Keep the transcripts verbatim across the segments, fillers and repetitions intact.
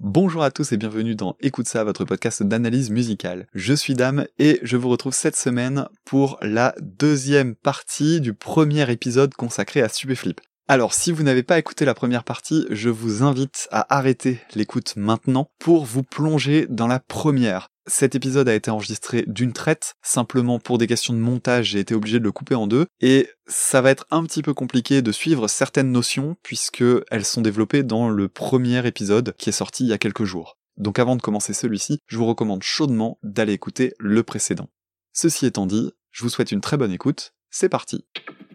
Bonjour à tous et bienvenue dans Écoute ça, votre podcast d'analyse musicale. Je suis Dame et je vous retrouve cette semaine pour la deuxième partie du premier épisode consacré à Stupéflip. Alors si vous n'avez pas écouté la première partie, je vous invite à arrêter l'écoute maintenant pour vous plonger dans la première. Cet épisode a été enregistré d'une traite, simplement pour des questions de montage, j'ai été obligé de le couper en deux, et ça va être un petit peu compliqué de suivre certaines notions, puisque elles sont développées dans le premier épisode qui est sorti il y a quelques jours. Donc avant de commencer celui-ci, je vous recommande chaudement d'aller écouter le précédent. Ceci étant dit, je vous souhaite une très bonne écoute, c'est parti.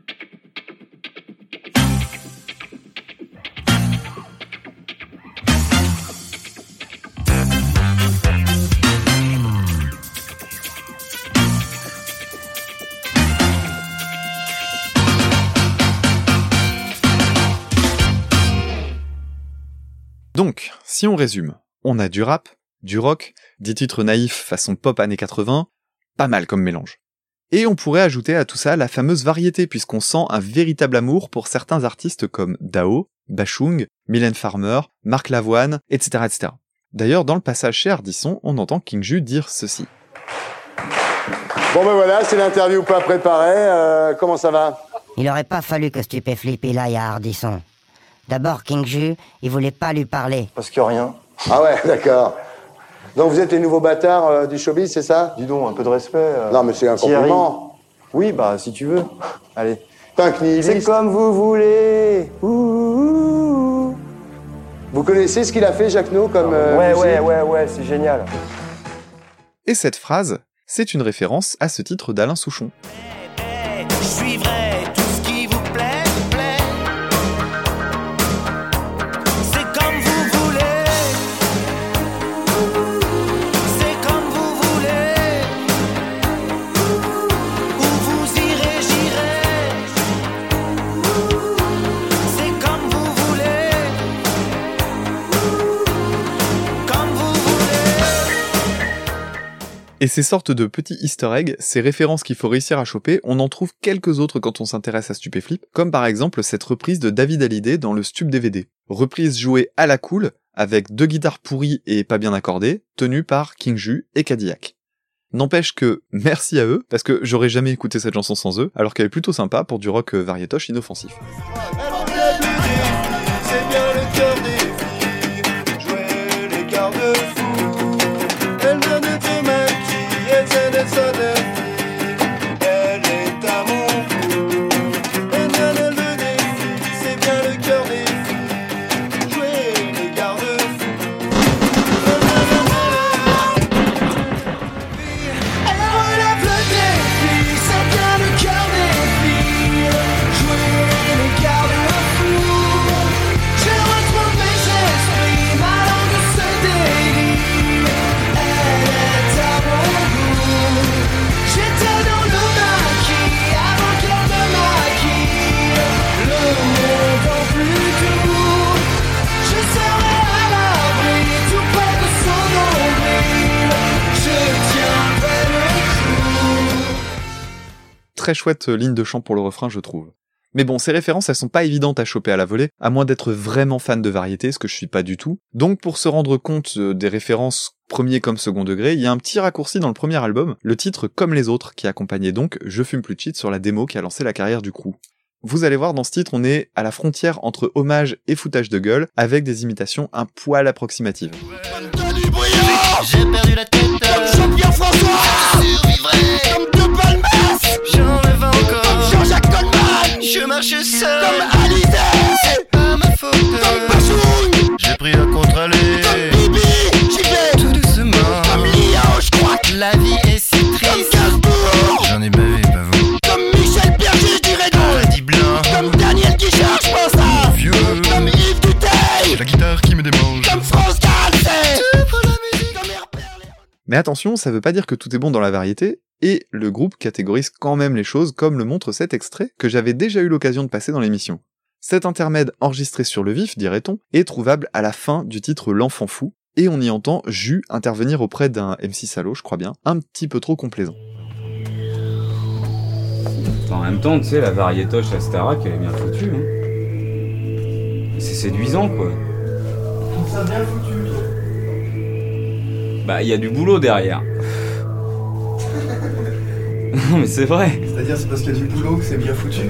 Donc, si on résume, on a du rap, du rock, des titres naïfs façon pop années quatre-vingts, pas mal comme mélange. Et on pourrait ajouter à tout ça la fameuse variété puisqu'on sent un véritable amour pour certains artistes comme Dao, Bashung, Mylène Farmer, Marc Lavoine, et cetera et cetera. D'ailleurs, dans le passage chez Ardisson, on entend King Ju dire ceci. Bon ben voilà, c'est l'interview pas préparée, euh, comment ça va ? Il aurait pas fallu que Stupéflip il aille à Ardisson. D'abord, King Ju, il voulait pas lui parler. Parce qu'il y a rien. Ah ouais, d'accord. Donc vous êtes les nouveaux bâtards euh, du showbiz, c'est ça ? Dis donc, un peu de respect. Euh, Non mais c'est un Thierry. compliment. Oui, bah si tu veux. Allez. Punk nihiliste. C'est comme vous voulez. Ouh, ouh, ouh. Vous connaissez ce qu'il a fait, Jacques No, comme euh, Ouais, musique ? ouais, ouais, ouais, c'est génial. Et cette phrase, c'est une référence à ce titre d'Alain Souchon. Je suivrai tout ce qui vous plaît, plaît. C'est comme vous voulez. C'est comme vous voulez. Où vous irez, j'irai. C'est comme vous voulez. Comme vous voulez. Et ces sortes de petits easter eggs, ces références qu'il faut réussir à choper, on en trouve quelques autres quand on s'intéresse à Stupéflip, comme par exemple cette reprise de David Hallyday dans le Stup D V D. Reprise jouée à la cool, avec deux guitares pourries et pas bien accordées, tenues par King Ju et Cadillac. N'empêche que, merci à eux, parce que j'aurais jamais écouté cette chanson sans eux, alors qu'elle est plutôt sympa pour du rock variétoche inoffensif. C'est bien le cœur des filles, jouer les garde-fous. Elle vient de te maquiller, elle sait d'être sa fille. Elle est à mon cou. Elle vient de le défi, c'est bien le cœur des filles, jouer les garde-fous. Elle relève le défi, c'est bien le cœur des filles, jouer les garde-fous. J'ai retrouvé ses esprits, ma langue se délie. Elle est à mon goût. J'étais dans le maquis avant qu'elle me maquille. Le monde en plus doux. Je serai à l'abri tout près de son nombril. Je tiendrai le coup. Très chouette ligne de chant pour le refrain, je trouve. Mais bon, ces références, elles sont pas évidentes à choper à la volée, à moins d'être vraiment fan de variété, ce que je suis pas du tout. Donc pour se rendre compte euh, des références premier comme second degré, il y a un petit raccourci dans le premier album, le titre Comme les autres, qui accompagnait donc Je fume plus de shit sur la démo qui a lancé la carrière du crew. Vous allez voir, dans ce titre, on est à la frontière entre hommage et foutage de gueule, avec des imitations un poil approximatives. J'ai perdu la tête comme Jean-Pierre François. Survivrai comme De Palmas. J'en rêve encore comme Jean-Jacques Goldman. Je marche seul comme Hallyday. C'est pas ma faute comme Bashung. J'ai pris la contre-allée comme Bibi. J'y vais tout doucement comme Lio. Je crois que la vie est si triste comme Gainsbourg. J'en ai bavé, pas vous. Comme Michel Berger, je dirais non. Freddy Blanc. Comme Daniel Guichard, je pense à vieux. Comme Yves Duteil. La guitare qui me démange. Comme France Gall, c'est tout pour la musique comme les repères. Mais attention, ça veut pas dire que tout est bon dans la variété, et le groupe catégorise quand même les choses comme le montre cet extrait que j'avais déjà eu l'occasion de passer dans l'émission. Cet intermède enregistré sur le vif, dirait-on, est trouvable à la fin du titre L'Enfant Fou, et on y entend Ju intervenir auprès d'un M C salaud, je crois bien, un petit peu trop complaisant. En même temps, tu sais, la variétoche à Starac, elle est bien foutue, hein. C'est séduisant, quoi. Je trouve ça bien foutu. Bah, il y a du boulot derrière. Non, mais c'est vrai. C'est-à-dire, c'est parce qu'il y a du boulot que c'est bien foutu.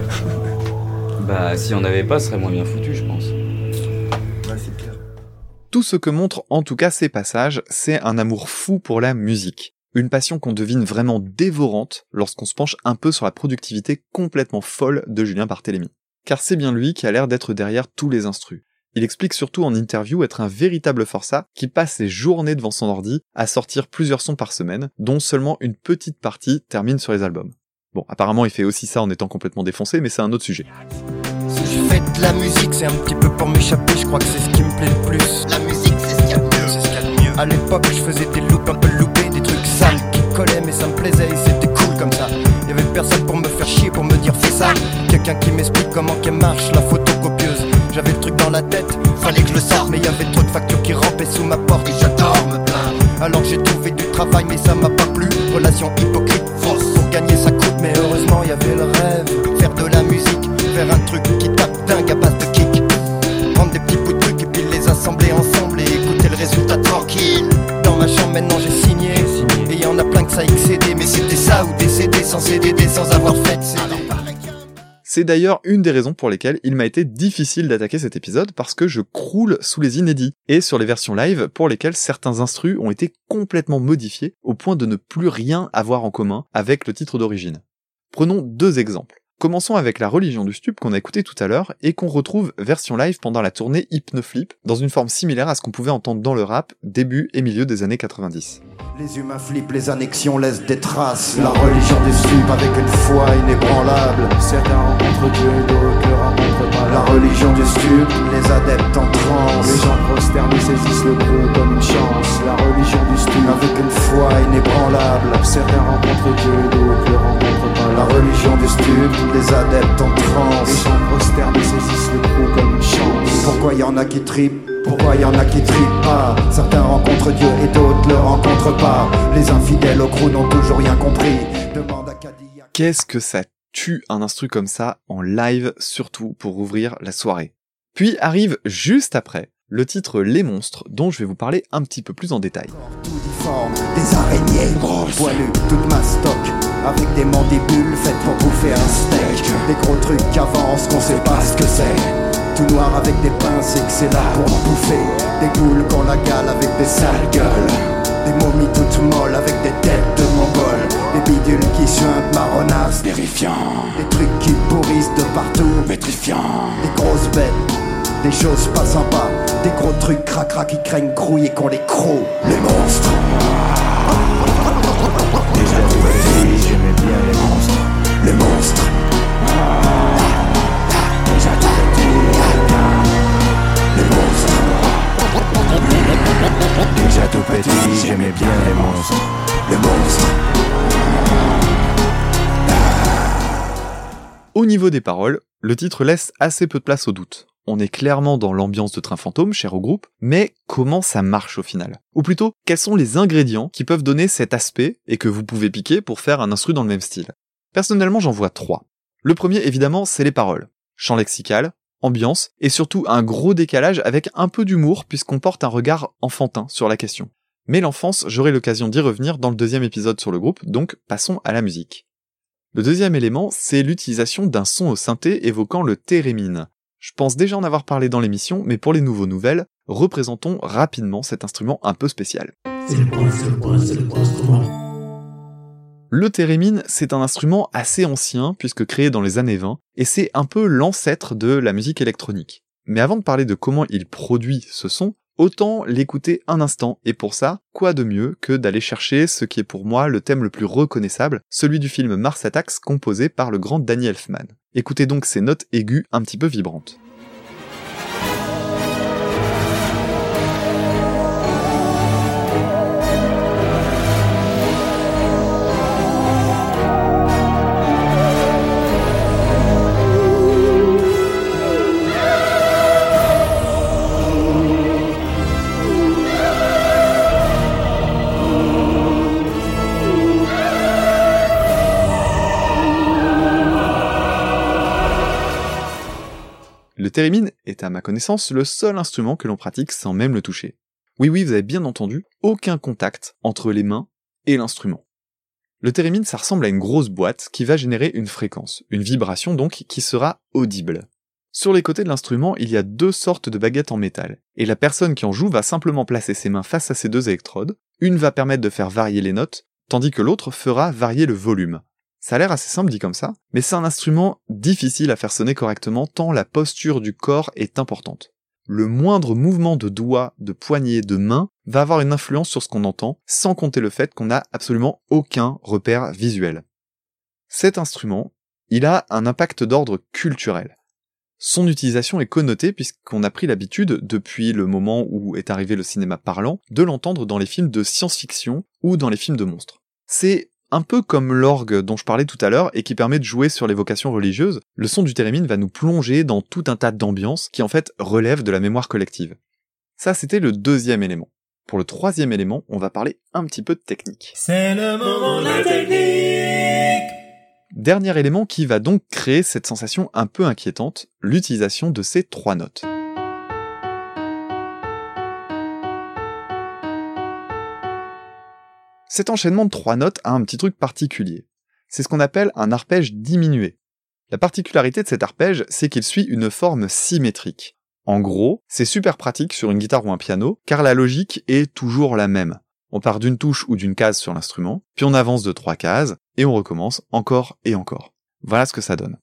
Bah, si on n'avait pas, ce serait moins bien foutu, je pense. Ouais, c'est clair. Tout ce que montrent en tout cas ces passages, c'est un amour fou pour la musique. Une passion qu'on devine vraiment dévorante lorsqu'on se penche un peu sur la productivité complètement folle de Julien Barthélémy. Car c'est bien lui qui a l'air d'être derrière tous les instrus. Il explique surtout en interview être un véritable forçat qui passe ses journées devant son ordi à sortir plusieurs sons par semaine, dont seulement une petite partie termine sur les albums. Bon, apparemment il fait aussi ça en étant complètement défoncé, mais c'est un autre sujet. Si je fais de la musique, c'est un petit peu pour m'échapper, je crois que c'est ce qui me plaît le plus. La musique, c'est ce qu'il y a de mieux. C'est ce qu'il y a de mieux. À l'époque, je faisais des loops un peu loupés, des trucs sales qui collaient, mais ça me plaisait et c'était cool comme ça. Y avait personne pour me faire chier, pour me dire fais ça. Quelqu'un qui m'explique comment qu'elle marche, la photocopieuse. J'avais le truc dans la tête, fallait que je le sorte, mais y avait trop de factures qui rampaient sous ma porte et j'adore me plaindre. Alors j'ai trouvé du travail, mais ça m'a pas plu. Relation hypocrite, fausse. Pour gagner ça coûte, mais heureusement y avait le rêve. Faire de la musique, faire un truc qui tape dingue à base de kick. Prendre des petits bouts de trucs et puis les assembler ensemble et écouter le résultat tranquille. Dans ma chambre maintenant j'ai signé, signé. Et y en a plein que ça excédé, mais c'était ça ou décédé sans C D D, sans avoir fait de C D. C'est d'ailleurs une des raisons pour lesquelles il m'a été difficile d'attaquer cet épisode, parce que je croule sous les inédits, et sur les versions live pour lesquelles certains instrus ont été complètement modifiés au point de ne plus rien avoir en commun avec le titre d'origine. Prenons deux exemples. Commençons avec La Religion du Stup qu'on a écouté tout à l'heure et qu'on retrouve version live pendant la tournée Hypnoflip, dans une forme similaire à ce qu'on pouvait entendre dans le rap début et milieu des années quatre-vingt-dix. Les humains flippent, les annexions laissent des traces. La religion du stup avec une foi inébranlable. Certains rencontrent Dieu, d'autres le rencontrent pas. La religion du stup, les adeptes en transe. Les gens prosternés saisissent le gros comme une chance. La religion du stup avec une foi inébranlable. Certains rencontrent Dieu, d'autres le rencontrent pas. La religion du stup, les adeptes en transe. Les gens prosternés saisissent le gros comme une chance. Pourquoi y en a qui tripent? Pourquoi y en a qui tripent pas? Certains rencontrent Dieu et d'autres le rencontrent pas. Les infidèles au crew n'ont toujours rien compris. Demande à Cadillac. Qu'est-ce que ça tue un instru comme ça en live, surtout pour ouvrir la soirée. Puis arrive juste après le titre Les Monstres, dont je vais vous parler un petit peu plus en détail. Tout difforme, des araignées grosses, poilues, toute mastoc, avec des mandibules faites pour bouffer un steak. Des gros trucs qui avancent, qu'on sait pas ce que c'est. Tout noir avec des pinces et que c'est là pour en bouffer. Des goules qu'on la gale avec des sales gueules. Des momies toutes molles avec des têtes de mongols. Des bidules qui suintent marronnages terrifiants. Des trucs qui pourrissent de partout, pétrifiants. Des grosses bêtes, des choses pas sympas. Des gros trucs cracra qui craignent grouille et qu'on les crocs. Les monstres. Déjà tout petit, j'aimais bien les monstres. Les monstres. Déjà tout petit. Les monstres. Déjà tout petit, j'aimais bien les monstres. Les monstres. Au niveau des paroles, le titre laisse assez peu de place au doute. On est clairement dans l'ambiance de Train Fantôme, cher au groupe, mais comment ça marche au final? Ou plutôt, quels sont les ingrédients qui peuvent donner cet aspect et que vous pouvez piquer pour faire un instru dans le même style? Personnellement, j'en vois trois. Le premier, évidemment, c'est les paroles. Chant lexical, ambiance, et surtout un gros décalage avec un peu d'humour puisqu'on porte un regard enfantin sur la question. Mais l'enfance, j'aurai l'occasion d'y revenir dans le deuxième épisode sur le groupe, donc passons à la musique. Le deuxième élément, c'est l'utilisation d'un son au synthé évoquant le thérémine. Je pense déjà en avoir parlé dans l'émission, mais pour les nouveaux nouvelles, représentons rapidement cet instrument un peu spécial. C'est le point, c'est le point, c'est le point instrument. Le thérémine, c'est un instrument assez ancien, puisque créé dans les années vingt, et c'est un peu l'ancêtre de la musique électronique. Mais avant de parler de comment il produit ce son, autant l'écouter un instant, et pour ça, quoi de mieux que d'aller chercher ce qui est pour moi le thème le plus reconnaissable, celui du film Mars Attacks composé par le grand Danny Elfman. Écoutez donc ces notes aiguës un petit peu vibrantes. Le thérémine est à ma connaissance le seul instrument que l'on pratique sans même le toucher. Oui oui, vous avez bien entendu, aucun contact entre les mains et l'instrument. Le thérémine, ça ressemble à une grosse boîte qui va générer une fréquence, une vibration donc qui sera audible. Sur les côtés de l'instrument, il y a deux sortes de baguettes en métal, et la personne qui en joue va simplement placer ses mains face à ces deux électrodes, une va permettre de faire varier les notes, tandis que l'autre fera varier le volume. Ça a l'air assez simple dit comme ça, mais c'est un instrument difficile à faire sonner correctement tant la posture du corps est importante. Le moindre mouvement de doigts, de poignets, de mains va avoir une influence sur ce qu'on entend, sans compter le fait qu'on n'a absolument aucun repère visuel. Cet instrument, il a un impact d'ordre culturel. Son utilisation est connotée puisqu'on a pris l'habitude, depuis le moment où est arrivé le cinéma parlant, de l'entendre dans les films de science-fiction ou dans les films de monstres. C'est un peu comme l'orgue dont je parlais tout à l'heure et qui permet de jouer sur les vocations religieuses, le son du thérémine va nous plonger dans tout un tas d'ambiances qui en fait relèvent de la mémoire collective. Ça c'était le deuxième élément. Pour le troisième élément, on va parler un petit peu de technique. C'est le moment de la technique. Dernier élément qui va donc créer cette sensation un peu inquiétante, l'utilisation de ces trois notes. Cet enchaînement de trois notes a un petit truc particulier. C'est ce qu'on appelle un arpège diminué. La particularité de cet arpège, c'est qu'il suit une forme symétrique. En gros, c'est super pratique sur une guitare ou un piano, car la logique est toujours la même. On part d'une touche ou d'une case sur l'instrument, puis on avance de trois cases, et on recommence encore et encore. Voilà ce que ça donne.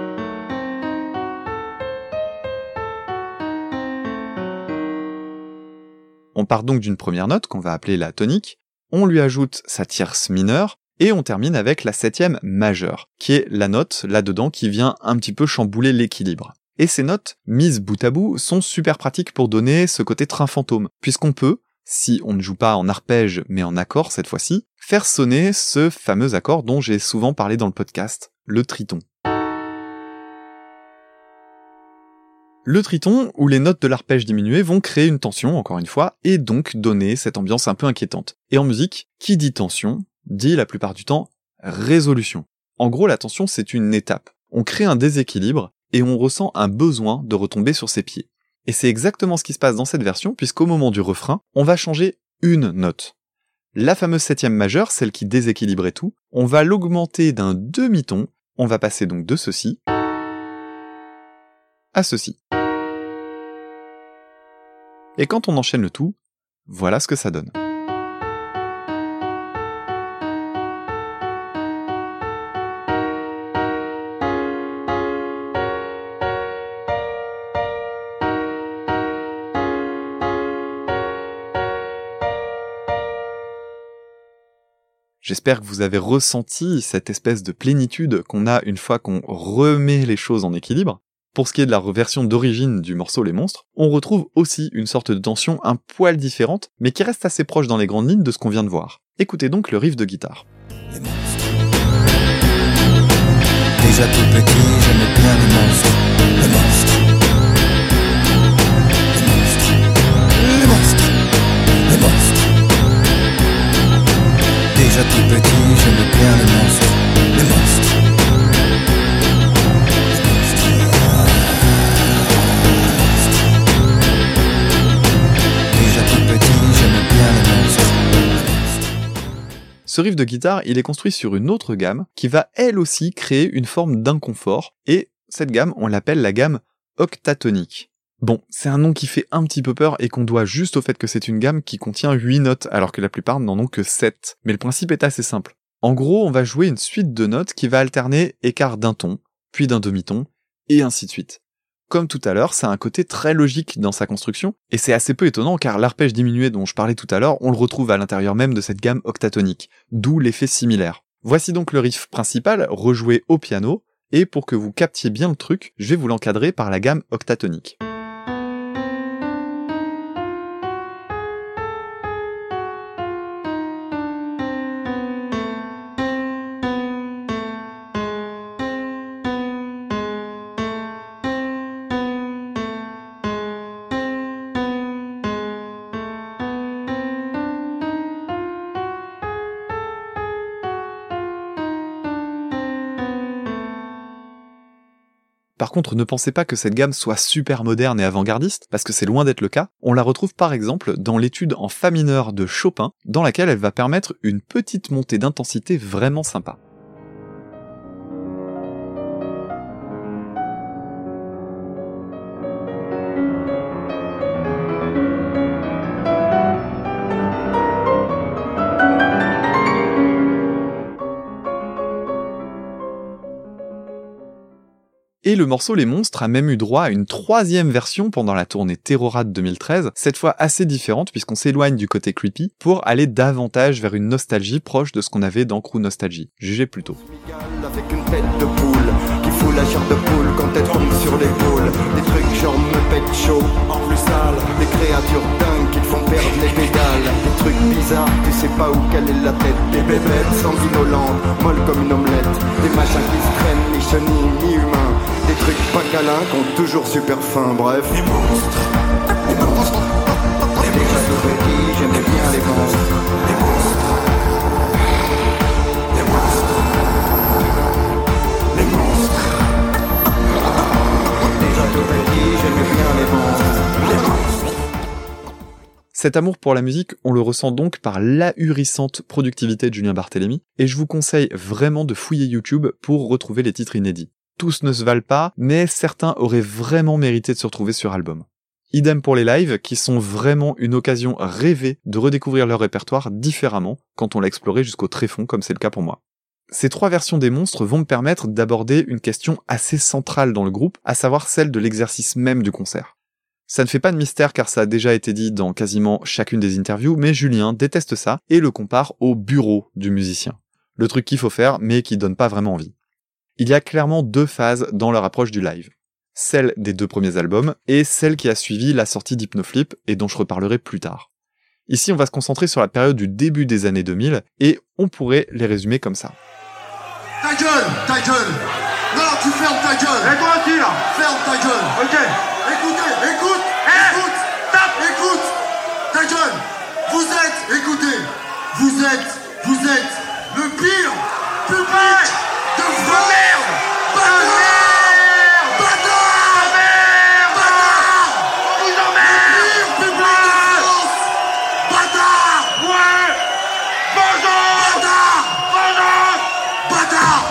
On part donc d'une première note, qu'on va appeler la tonique, on lui ajoute sa tierce mineure, et on termine avec la septième majeure, qui est la note là-dedans qui vient un petit peu chambouler l'équilibre. Et ces notes, mises bout à bout, sont super pratiques pour donner ce côté train fantôme, puisqu'on peut, si on ne joue pas en arpège mais en accord cette fois-ci, faire sonner ce fameux accord dont j'ai souvent parlé dans le podcast, le triton. Le triton, où les notes de l'arpège diminué vont créer une tension, encore une fois, et donc donner cette ambiance un peu inquiétante. Et en musique, qui dit tension, dit la plupart du temps résolution. En gros, la tension, c'est une étape. On crée un déséquilibre, et on ressent un besoin de retomber sur ses pieds. Et c'est exactement ce qui se passe dans cette version, puisqu'au moment du refrain, on va changer une note. La fameuse septième majeure, celle qui déséquilibrait tout, on va l'augmenter d'un demi-ton, on va passer donc de ceci à ceci. Et quand on enchaîne le tout, voilà ce que ça donne. J'espère que vous avez ressenti cette espèce de plénitude qu'on a une fois qu'on remet les choses en équilibre. Pour ce qui est de la version d'origine du morceau Les Monstres, on retrouve aussi une sorte de tension un poil différente, mais qui reste assez proche dans les grandes lignes de ce qu'on vient de voir. Écoutez donc le riff de guitare. Les monstres. Déjà tout petit, j'aimais bien les monstres. Les monstres. Les monstres. Les monstres. Les monstres. Déjà tout petit, j'aimais bien les monstres. Les monstres. Ce riff de guitare, il est construit sur une autre gamme qui va elle aussi créer une forme d'inconfort, et cette gamme, on l'appelle la gamme octatonique. Bon, c'est un nom qui fait un petit peu peur et qu'on doit juste au fait que c'est une gamme qui contient huit notes, alors que la plupart n'en ont que sept. Mais le principe est assez simple. En gros, on va jouer une suite de notes qui va alterner écart d'un ton, puis d'un demi-ton, et ainsi de suite. Comme tout à l'heure, ça a un côté très logique dans sa construction, et c'est assez peu étonnant car l'arpège diminué dont je parlais tout à l'heure, on le retrouve à l'intérieur même de cette gamme octatonique, d'où l'effet similaire. Voici donc le riff principal, rejoué au piano, et pour que vous captiez bien le truc, je vais vous l'encadrer par la gamme octatonique. Par contre, ne pensez pas que cette gamme soit super moderne et avant-gardiste, parce que c'est loin d'être le cas. On la retrouve par exemple dans l'étude en fa mineur de Chopin, dans laquelle elle va permettre une petite montée d'intensité vraiment sympa. Et le morceau Les Monstres a même eu droit à une troisième version pendant la tournée Terrora de deux mille treize, cette fois assez différente puisqu'on s'éloigne du côté creepy pour aller davantage vers une nostalgie proche de ce qu'on avait dans Crew Nostalgie. Jugez plutôt. Avec une tête de poule qui fout la chair de poule quand elle tombe sur l'épaule. Des trucs genre me pète chaud, en plus sale. Des créatures dingues qui te font perdre les pédales. Des trucs bizarres, tu sais pas où quelle est la tête. Des bébêtes sanguinolentes, molles comme une omelette. Des machins qui se traînent, ni chenilles, ni humains. Des trucs pas câlins qui ont toujours super faim, bref. Les monstres, les monstres. Et déjà tout petit, j'aimais bien les monstres. Les monstres. Les monstres. Les monstres. Déjà tout petit, j'aimais bien les monstres. Les monstres. Cet amour pour la musique, on le ressent donc par l'ahurissante productivité de Julien Barthélémy, et je vous conseille vraiment de fouiller YouTube pour retrouver les titres inédits. Tous ne se valent pas, mais certains auraient vraiment mérité de se retrouver sur album. Idem pour les lives, qui sont vraiment une occasion rêvée de redécouvrir leur répertoire différemment quand on l'a exploré jusqu'au tréfonds, comme c'est le cas pour moi. Ces trois versions des monstres vont me permettre d'aborder une question assez centrale dans le groupe, à savoir celle de l'exercice même du concert. Ça ne fait pas de mystère car ça a déjà été dit dans quasiment chacune des interviews, mais Julien déteste ça et le compare au bureau du musicien. Le truc qu'il faut faire, mais qui donne pas vraiment envie. Il y a clairement deux phases dans leur approche du live. Celle des deux premiers albums et celle qui a suivi la sortie d'Hypnoflip et dont je reparlerai plus tard. Ici, on va se concentrer sur la période du début des années deux mille et on pourrait les résumer comme ça. Ta gueule, ta gueule. Non, tu fermes ta gueule. Et toi aussi là, ferme ta gueule. Ok. Écoutez, écoute, hey, écoute, stop, écoute. Ta gueule. Vous êtes, écoutez, vous êtes, vous êtes le pire public de France. Merde. Bâtard. Bâtard. Bâtard. On vous emmerde. Le pire public de France. Bâtard. Ouais. Vengeance. Bâtard. Vengeance. Bâtard.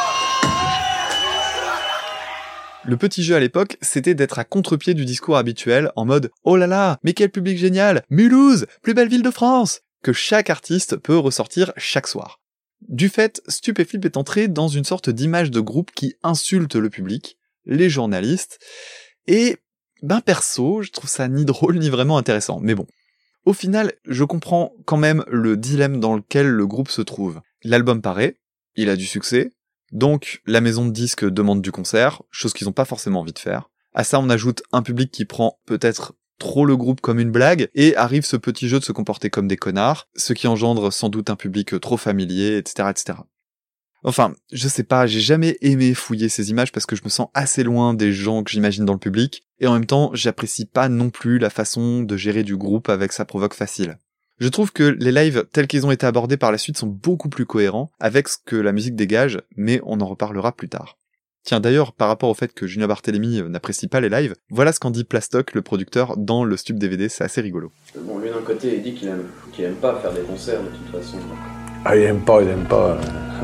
Le petit jeu à l'époque, c'était d'être à contre-pied du discours habituel, en mode « Oh là là, mais quel public génial, Mulhouse, plus belle ville de France !» que chaque artiste peut ressortir chaque soir. Du fait, Stupéflip est entré dans une sorte d'image de groupe qui insulte le public, les journalistes, et, ben perso, je trouve ça ni drôle ni vraiment intéressant, mais bon. Au final, je comprends quand même le dilemme dans lequel le groupe se trouve. L'album paraît, il a du succès, donc la maison de disques demande du concert, chose qu'ils ont pas forcément envie de faire. À ça on ajoute un public qui prend peut-être trop le groupe comme une blague, et arrive ce petit jeu de se comporter comme des connards, ce qui engendre sans doute un public trop familier, et cetera, et cetera. Enfin, je sais pas, j'ai jamais aimé fouiller ces images parce que je me sens assez loin des gens que j'imagine dans le public, et en même temps, j'apprécie pas non plus la façon de gérer du groupe avec sa provoque facile. Je trouve que les lives tels qu'ils ont été abordés par la suite sont beaucoup plus cohérents avec ce que la musique dégage, mais on en reparlera plus tard. Tiens, d'ailleurs, par rapport au fait que Julien Barthélémy n'apprécie pas les lives, voilà ce qu'en dit Plastoc, le producteur, dans le Stup D V D, c'est assez rigolo. Bon, lui d'un côté, il dit qu'il aime, qu'il aime pas faire des concerts de toute façon. Ah, il aime pas, il aime pas.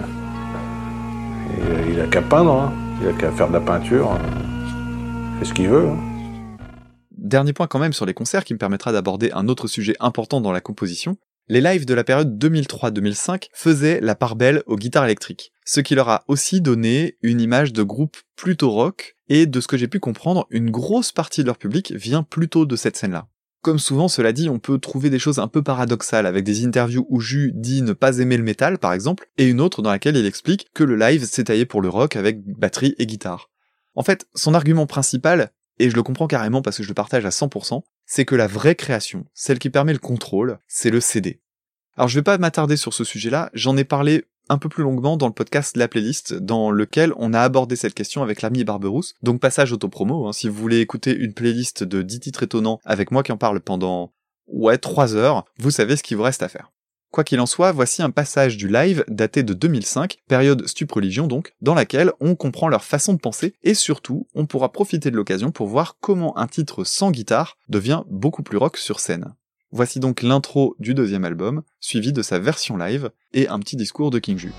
Il, il a qu'à peindre, hein. Il a qu'à faire de la peinture. Il fait ce qu'il veut. Hein. Dernier point quand même sur les concerts qui me permettra d'aborder un autre sujet important dans la composition. Les lives de la période deux mille trois deux mille cinq faisaient la part belle aux guitares électriques, ce qui leur a aussi donné une image de groupe plutôt rock, et de ce que j'ai pu comprendre, une grosse partie de leur public vient plutôt de cette scène-là. Comme souvent, cela dit, on peut trouver des choses un peu paradoxales, avec des interviews où Jus dit ne pas aimer le métal, par exemple, et une autre dans laquelle il explique que le live s'est taillé pour le rock avec batterie et guitare. En fait, son argument principal, et je le comprends carrément parce que je le partage à cent pour cent, c'est que la vraie création, celle qui permet le contrôle, c'est le C D. Alors je vais pas m'attarder sur ce sujet-là, j'en ai parlé un peu plus longuement dans le podcast La Playlist, dans lequel on a abordé cette question avec l'ami Barberousse, donc passage autopromo, hein, si vous voulez écouter une playlist de dix titres étonnants avec moi qui en parle pendant, ouais, trois heures, vous savez ce qu'il vous reste à faire. Quoi qu'il en soit, voici un passage du live daté de deux mille cinq, période Stup Religion donc, dans laquelle on comprend leur façon de penser, et surtout, on pourra profiter de l'occasion pour voir comment un titre sans guitare devient beaucoup plus rock sur scène. Voici donc l'intro du deuxième album, suivi de sa version live, et un petit discours de King Ju.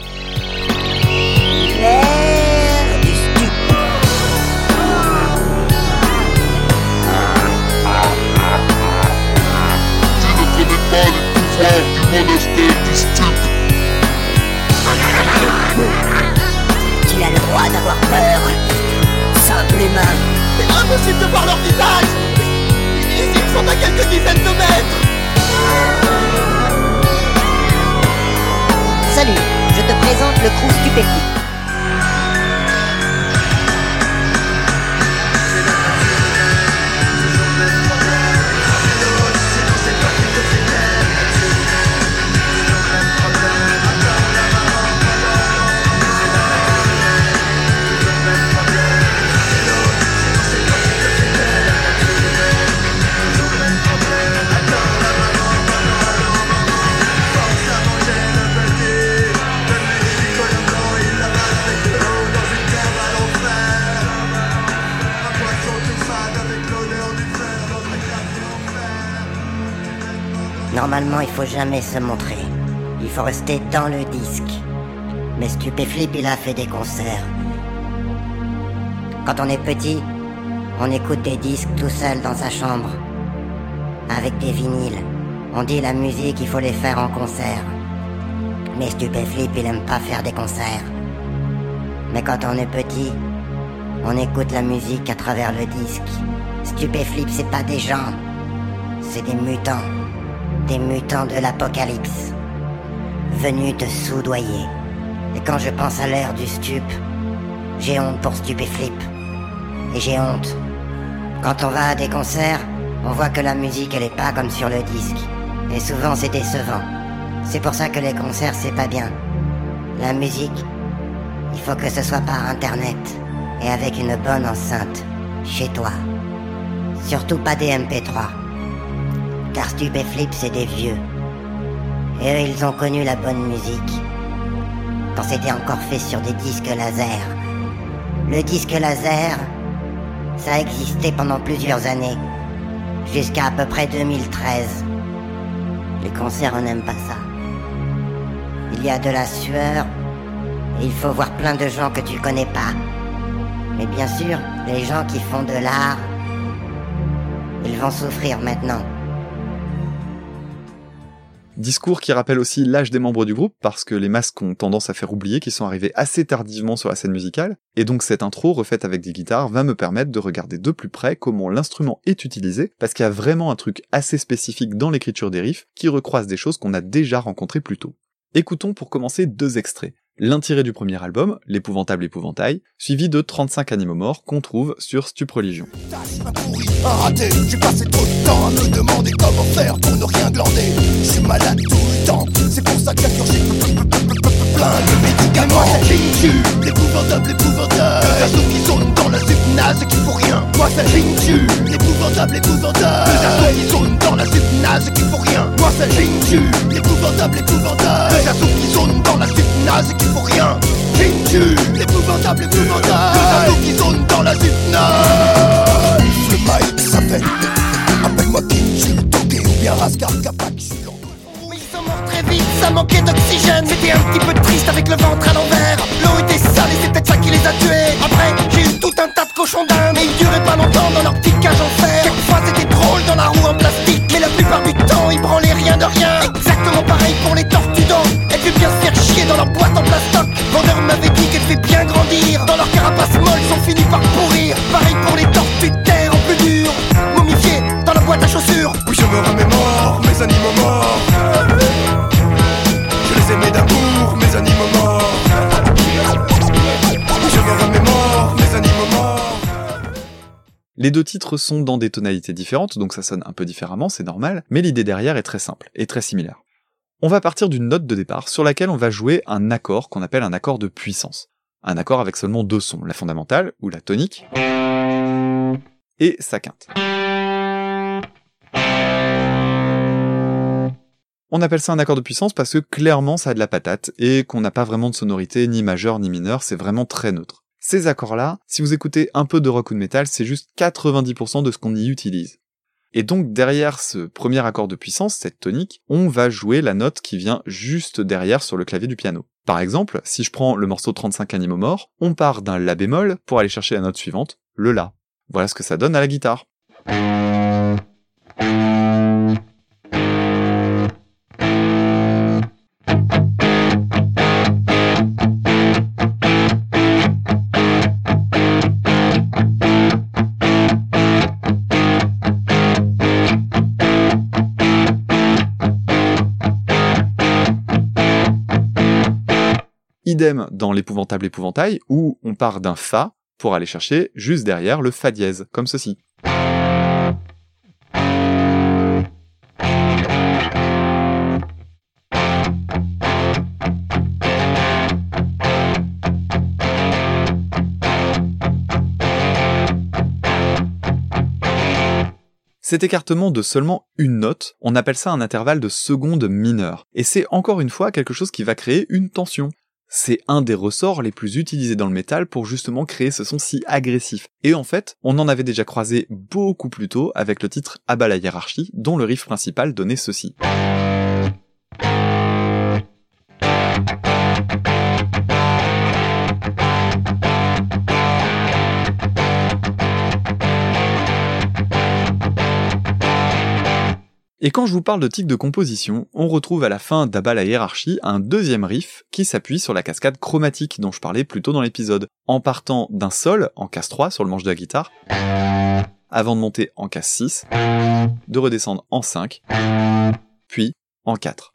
Tu as le droit d'avoir peur. Simple humain. C'est impossible de voir leur visage. Ici, ils sont à quelques dizaines de mètres. Salut, je te présente le crew Stupéflip. Normalement, il faut jamais se montrer. Il faut rester dans le disque. Mais Stupéflip, il a fait des concerts. Quand on est petit, on écoute des disques tout seul dans sa chambre. Avec des vinyles. On dit la musique, il faut les faire en concert. Mais Stupéflip, il aime pas faire des concerts. Mais quand on est petit, on écoute la musique à travers le disque. Stupéflip, c'est pas des gens. C'est des mutants. Des mutants de l'apocalypse, venus te soudoyer. Et quand je pense à l'ère du stup, j'ai honte pour Stupéflip. Et j'ai honte. Quand on va à des concerts, on voit que la musique elle est pas comme sur le disque. Et souvent c'est décevant. C'est pour ça que les concerts c'est pas bien. La musique, il faut que ce soit par internet. Et avec une bonne enceinte, chez toi. Surtout pas des M P trois. Car Stupéflip c'est des vieux. Et eux ils ont connu la bonne musique quand c'était encore fait sur des disques laser. Le disque laser, ça a existé pendant plusieurs années, jusqu'à à peu près deux mille treize. Les concerts on n'aime pas ça. Il y a de la sueur, et il faut voir plein de gens que tu connais pas. Mais bien sûr, les gens qui font de l'art, ils vont souffrir maintenant. Discours qui rappelle aussi l'âge des membres du groupe, parce que les masques ont tendance à faire oublier qu'ils sont arrivés assez tardivement sur la scène musicale, et donc cette intro, refaite avec des guitares, va me permettre de regarder de plus près comment l'instrument est utilisé, parce qu'il y a vraiment un truc assez spécifique dans l'écriture des riffs, qui recroise des choses qu'on a déjà rencontrées plus tôt. Écoutons pour commencer deux extraits. L'un tiré du premier album, L'épouvantable épouvantail, suivi de trente-cinq Animaux-Morts qu'on trouve sur Stup Religion. Un raté, j'ai passé trop de temps à me demander comment faire pour ne rien glander. Je suis malade tout le temps, c'est pour ça qu'il y a plein de médicaments. Moi ça King l'épouvantable, l'épouvantable. Deux assos qui zone dans la naze qui font rien. Moi ça King l'épouvantable, l'épouvantable. Deux assos qui zone dans la naze qui font rien. Moi ça King l'épouvantable, l'épouvantable. Deux assos qui zone dans la naze qui font rien. King l'épouvantable, l'épouvantable. Deux assos qui zone dans la naze. Le mic ça fait. Appelle-moi King Toqué ou bien Rascar Capac. Mais ils sont morts très vite, ça manquait d'oxygène. C'était un petit peu triste avec le ventre à l'envers. L'eau était sale et c'est peut-être ça qui les a tués. Après, j'ai eu tout un tas de cochons d'Inde. Et ils duraient pas longtemps dans leur petite cage en fer. Quelquefois c'était drôle dans la roue en plastique. Mais la plupart du temps, ils branlaient rien de rien. Exactement pareil pour les tortues d'eau. Elles devaient bien se faire chier dans leur boîte en plastoc. Vendeur m'avait dit qu'elles devaient bien grandir. Dans leur carapace molle, ils ont fini par pourrir. Pareil pour les tortues de terre en plus dur. Momifiées dans la boîte à chaussures. Oui, je me remémore mes animaux morts. Je les aimais d'amour, mes animaux morts. Je me remémore mes animaux morts. Les deux titres sont dans des tonalités différentes, donc ça sonne un peu différemment, c'est normal, mais l'idée derrière est très simple, et très similaire. On va partir d'une note de départ sur laquelle on va jouer un accord qu'on appelle un accord de puissance. Un accord avec seulement deux sons, la fondamentale, ou la tonique, et sa quinte. On appelle ça un accord de puissance parce que clairement ça a de la patate et qu'on n'a pas vraiment de sonorité ni majeure ni mineure, c'est vraiment très neutre. Ces accords-là, si vous écoutez un peu de rock ou de métal, c'est juste quatre-vingt-dix pour cent de ce qu'on y utilise. Et donc derrière ce premier accord de puissance, cette tonique, on va jouer la note qui vient juste derrière sur le clavier du piano. Par exemple, si je prends le morceau trente-cinq Animaux Morts, on part d'un La bémol pour aller chercher la note suivante, le La. Voilà ce que ça donne à la guitare. Idem dans l'épouvantable épouvantail, où on part d'un Fa pour aller chercher juste derrière le Fa dièse, comme ceci. Cet écartement de seulement une note, on appelle ça un intervalle de seconde mineure, et c'est encore une fois quelque chose qui va créer une tension. C'est un des ressorts les plus utilisés dans le métal pour justement créer ce son si agressif. Et en fait, on en avait déjà croisé beaucoup plus tôt avec le titre À bas la hiérarchie, dont le riff principal donnait ceci. Et quand je vous parle de tic de composition, on retrouve à la fin d'À bas la hiérarchie un deuxième riff qui s'appuie sur la cascade chromatique dont je parlais plus tôt dans l'épisode, en partant d'un sol en casse trois sur le manche de la guitare, avant de monter en casse six, de redescendre en cinq, puis en quatre.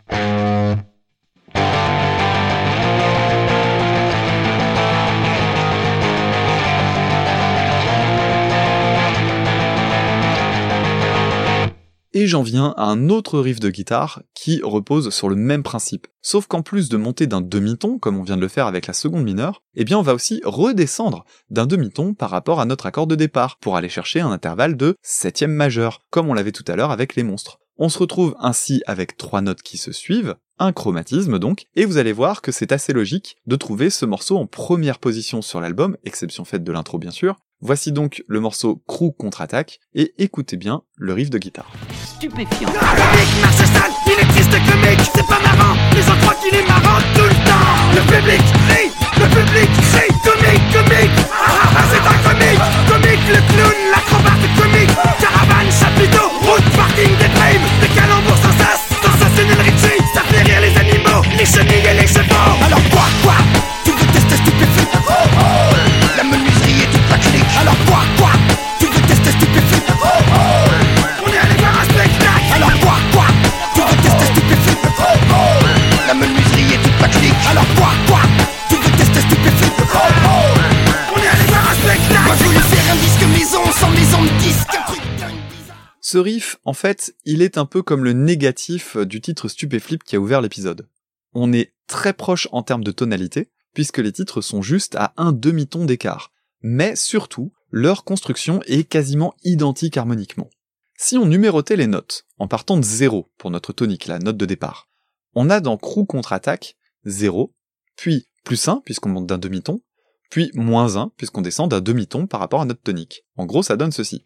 Et j'en viens à un autre riff de guitare qui repose sur le même principe. Sauf qu'en plus de monter d'un demi-ton, comme on vient de le faire avec la seconde mineure, eh bien on va aussi redescendre d'un demi-ton par rapport à notre accord de départ, pour aller chercher un intervalle de septième majeur, comme on l'avait tout à l'heure avec les monstres. On se retrouve ainsi avec trois notes qui se suivent, un chromatisme donc, et vous allez voir que c'est assez logique de trouver ce morceau en première position sur l'album, exception faite de l'intro bien sûr. Voici donc le morceau Crew contre-attaque, et écoutez bien le riff de guitare. Stupéfiant. Comique, marche sale, il est triste comique, c'est pas marrant, les gens croient qu'il est marrant tout le temps. Le public crie, le public crie, comique, comique, ah, ah, c'est un comique, comique, le clown, l'acrobate comique, caravane, chapiteau, route, parking, des primes, des calembours sans cesse, sensationnel Richie, ça fait rire les animaux, les chenilles et les chevaux. Alors quoi, quoi, tu veux tester stupéfait, oh, oh, la menuiserie est toute la clique. Alors quoi, quoi, tu veux tester stupéfait, oh, oh, on est allé voir un spectacle. Alors quoi, quoi, tu veux tester stupéfait, oh, oh, la menuiserie est toute la clique. Alors quoi, quoi, tu veux tester stupéfait, oh, oh, on est allé voir un spectacle. Moi je voulais faire un disque maison sans maison de disque, un truc dingue bizarre. Ce riff, en fait, il est un peu comme le négatif du titre Stupéflip qui a ouvert l'épisode. On est très proche en termes de tonalité, puisque les titres sont juste à un demi-ton d'écart. Mais surtout, leur construction est quasiment identique harmoniquement. Si on numérotait les notes, en partant de zéro pour notre tonique, la note de départ, on a dans Crew contre-attaque zéro, puis plus un puisqu'on monte d'un demi-ton, puis moins un puisqu'on descend d'un demi-ton par rapport à notre tonique. En gros, ça donne ceci.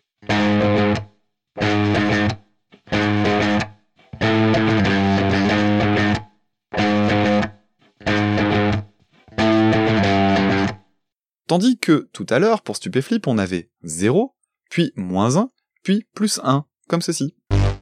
Tandis que, tout à l'heure, pour Stupéflip, on avait zéro, puis moins un, puis plus un, comme ceci.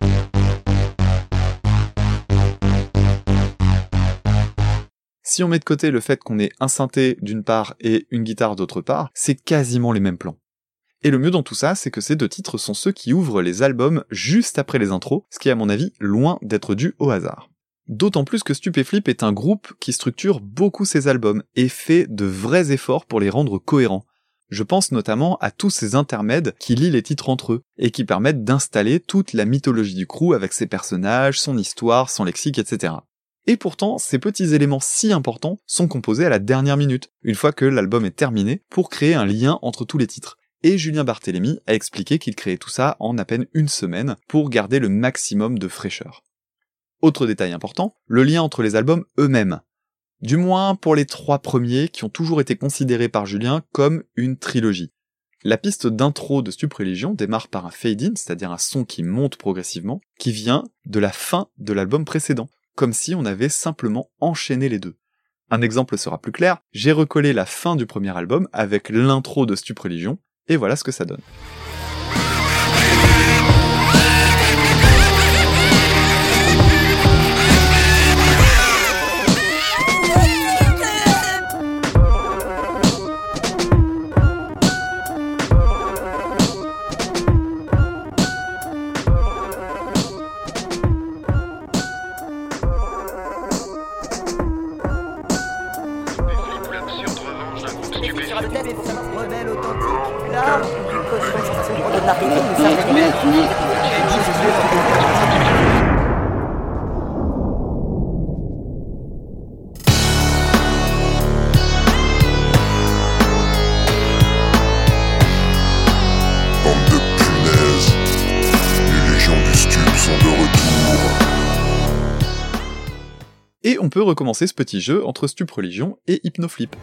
Si on met de côté le fait qu'on ait un synthé d'une part et une guitare d'autre part, c'est quasiment les mêmes plans. Et le mieux dans tout ça, c'est que ces deux titres sont ceux qui ouvrent les albums juste après les intros, ce qui est à mon avis loin d'être dû au hasard. D'autant plus que Stupéflip est un groupe qui structure beaucoup ses albums et fait de vrais efforts pour les rendre cohérents. Je pense notamment à tous ces intermèdes qui lient les titres entre eux et qui permettent d'installer toute la mythologie du crew avec ses personnages, son histoire, son lexique, et cetera. Et pourtant, ces petits éléments si importants sont composés à la dernière minute, une fois que l'album est terminé, pour créer un lien entre tous les titres. Et Julien Barthélémy a expliqué qu'il créait tout ça en à peine une semaine pour garder le maximum de fraîcheur. Autre détail important, le lien entre les albums eux-mêmes. Du moins pour les trois premiers qui ont toujours été considérés par Julien comme une trilogie. La piste d'intro de Stup Religion démarre par un fade-in, c'est-à-dire un son qui monte progressivement, qui vient de la fin de l'album précédent, comme si on avait simplement enchaîné les deux. Un exemple sera plus clair, j'ai recollé la fin du premier album avec l'intro de Stup Religion, et voilà ce que ça donne. Et on peut recommencer ce petit jeu entre Stup Religion et Hypnoflip.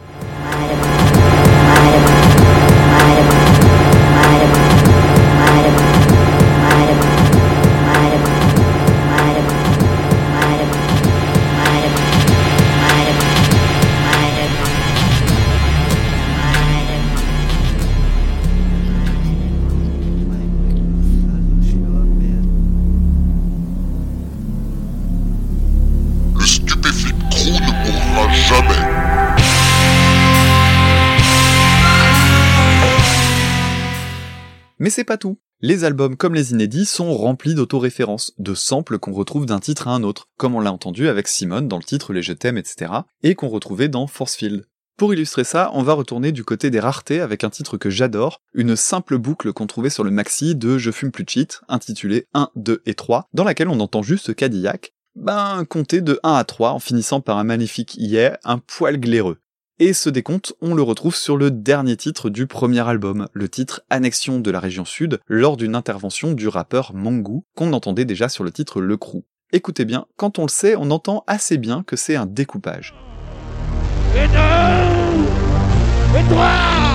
Mais c'est pas tout. Les albums comme les inédits sont remplis d'autoréférences, de samples qu'on retrouve d'un titre à un autre, comme on l'a entendu avec Simone dans le titre Les Je t'aime, et cetera, et qu'on retrouvait dans Force Field. Pour illustrer ça, on va retourner du côté des raretés avec un titre que j'adore, une simple boucle qu'on trouvait sur le maxi de Je fume plus de cheat, intitulée un, deux et trois, dans laquelle on entend juste Cadillac, ben compter de un à trois en finissant par un magnifique yeah, un poil glaireux. Et ce décompte, on le retrouve sur le dernier titre du premier album, le titre Annexion de la région sud, lors d'une intervention du rappeur Mangou, qu'on entendait déjà sur le titre Le Crew. Écoutez bien, quand on le sait, on entend assez bien que c'est un découpage. Et deux, et trois,